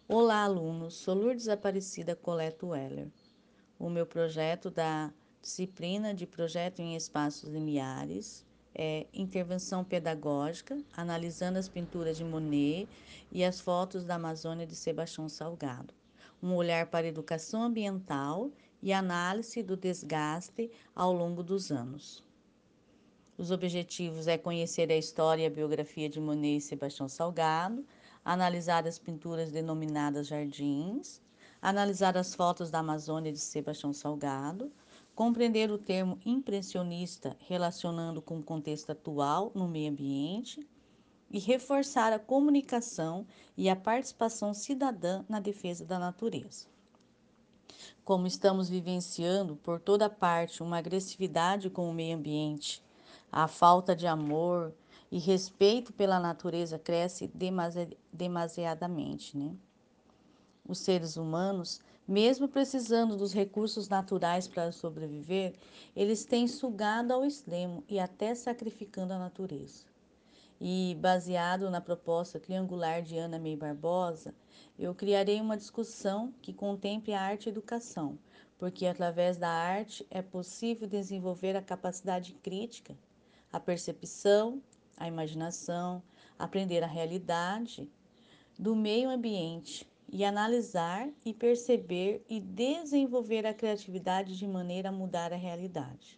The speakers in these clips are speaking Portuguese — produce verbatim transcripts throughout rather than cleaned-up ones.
Olá, alunos! Sou Lourdes Aparecida Coleto Weller. O meu projeto da disciplina de Projeto em Espaços Limiares é Intervenção Pedagógica, analisando as pinturas de Monet e as fotos da Amazônia de Sebastião Salgado. Um olhar para a educação ambiental e análise do desgaste ao longo dos anos. Os objetivos é conhecer a história e a biografia de Monet e Sebastião Salgado, analisar as pinturas denominadas jardins, analisar as fotos da Amazônia de Sebastião Salgado, compreender o termo impressionista relacionando com o contexto atual no meio ambiente e reforçar a comunicação e a participação cidadã na defesa da natureza. Como estamos vivenciando por toda parte uma agressividade com o meio ambiente, a falta de amor e respeito pela natureza cresce demasi- demasiadamente, né? Os seres humanos, mesmo precisando dos recursos naturais para sobreviver, eles têm sugado ao extremo e até sacrificando a natureza. E, baseado na proposta triangular de Ana May Barbosa, eu criarei uma discussão que contemple a arte e a educação, porque através da arte é possível desenvolver a capacidade crítica, a percepção, a imaginação, aprender a realidade do meio ambiente e analisar e perceber e desenvolver a criatividade de maneira a mudar a realidade.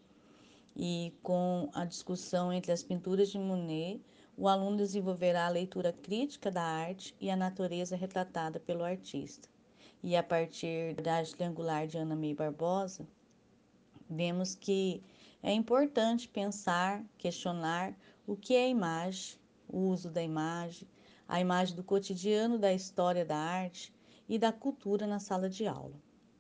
E com a discussão entre as pinturas de Monet, o aluno desenvolverá a leitura crítica da arte e a natureza retratada pelo artista. E a partir da arte triangular de Ana May Barbosa, vemos que é importante pensar, questionar o que é a imagem, o uso da imagem, a imagem do cotidiano, da história da arte e da cultura na sala de aula.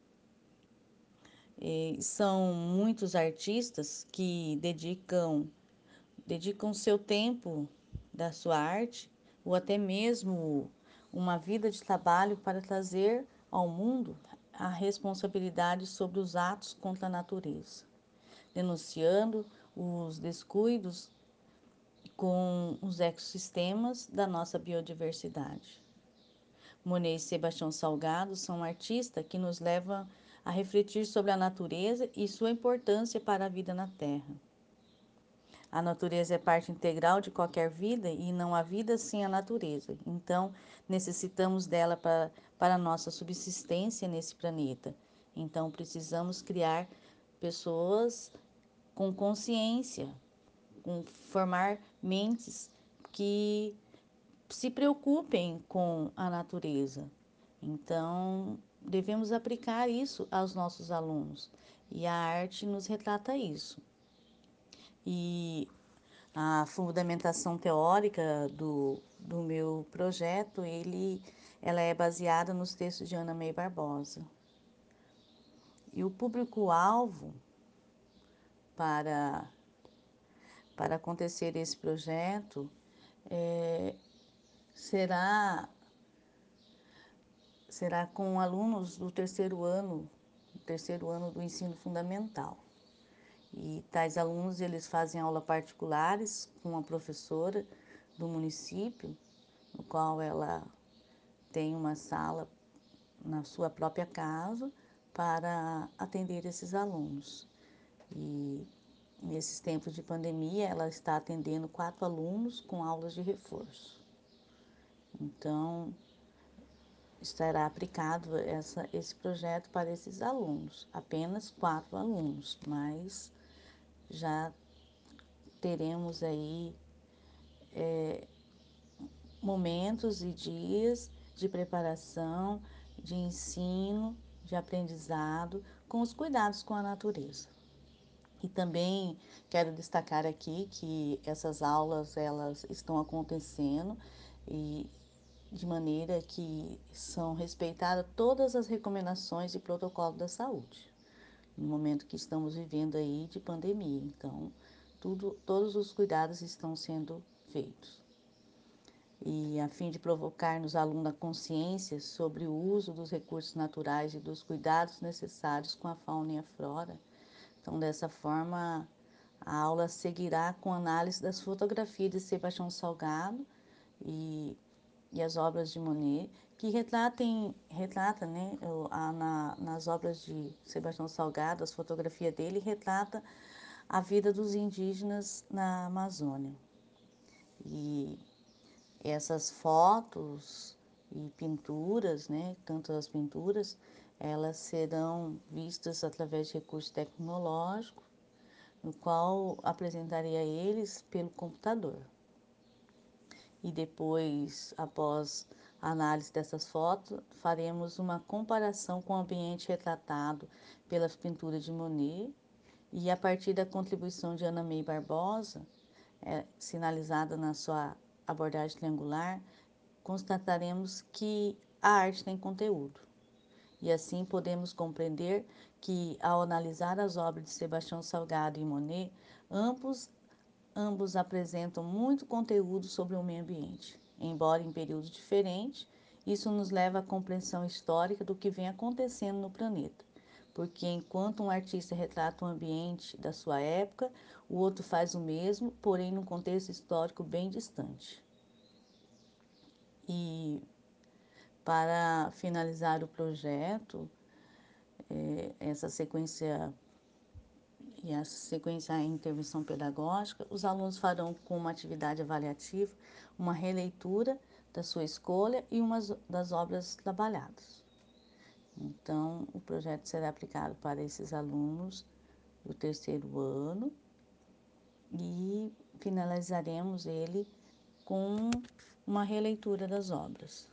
E são muitos artistas que dedicam, dedicam seu tempo da sua arte ou até mesmo uma vida de trabalho para trazer ao mundo a responsabilidade sobre os atos contra a natureza, denunciando os descuidos com os ecossistemas da nossa biodiversidade. Monet e Sebastião Salgado são artistas que nos levam a refletir sobre a natureza e sua importância para a vida na Terra. A natureza é parte integral de qualquer vida e não há vida sem a natureza. Então, necessitamos dela para, para a nossa subsistência nesse planeta. Então, precisamos criar pessoas com consciência, com formar mentes que se preocupem com a natureza. Então, devemos aplicar isso aos nossos alunos. E a arte nos retrata isso. E a fundamentação teórica do, do meu projeto, ele, ela é baseada nos textos de Ana May Barbosa. E o público-alvo para, para acontecer esse projeto é, será, será com alunos do terceiro ano, terceiro ano do ensino fundamental. E tais alunos, eles fazem aula particulares com a professora do município, no qual ela tem uma sala na sua própria casa para atender esses alunos. E nesses tempos de pandemia, ela está atendendo quatro alunos com aulas de reforço. Então, estará aplicado essa, esse projeto para esses alunos, apenas quatro alunos, mas já teremos aí é, momentos e dias de preparação, de ensino, de aprendizado, com os cuidados com a natureza. E também quero destacar aqui que essas aulas, elas estão acontecendo e de maneira que são respeitadas todas as recomendações e protocolo da saúde, no momento que estamos vivendo aí de pandemia. Então, tudo, todos os cuidados estão sendo feitos. E a fim de provocar nos alunos a consciência sobre o uso dos recursos naturais e dos cuidados necessários com a fauna e a flora. Então, dessa forma, a aula seguirá com análise das fotografias de Sebastião Salgado e e as obras de Monet, que retratem, retrata, né, a, na, nas obras de Sebastião Salgado, as fotografias dele, retrata a vida dos indígenas na Amazônia. E essas fotos e pinturas, né, tanto as pinturas, elas serão vistas através de recursos tecnológicos, no qual apresentaria eles pelo computador. E depois, após a análise dessas fotos, faremos uma comparação com o ambiente retratado pelas pinturas de Monet e a partir da contribuição de Ana May Barbosa, é, sinalizada na sua abordagem triangular, constataremos que a arte tem conteúdo. E assim podemos compreender que, ao analisar as obras de Sebastião Salgado e Monet, ambos, ambos apresentam muito conteúdo sobre o meio ambiente. Embora em períodos diferentes, isso nos leva à compreensão histórica do que vem acontecendo no planeta. Porque enquanto um artista retrata o ambiente da sua época, o outro faz o mesmo, porém num contexto histórico bem distante. E para finalizar o projeto, é, essa sequência e essa sequência em intervenção pedagógica, os alunos farão com uma atividade avaliativa uma releitura da sua escolha e uma das obras trabalhadas. Então, o projeto será aplicado para esses alunos do terceiro ano e finalizaremos ele com uma releitura das obras.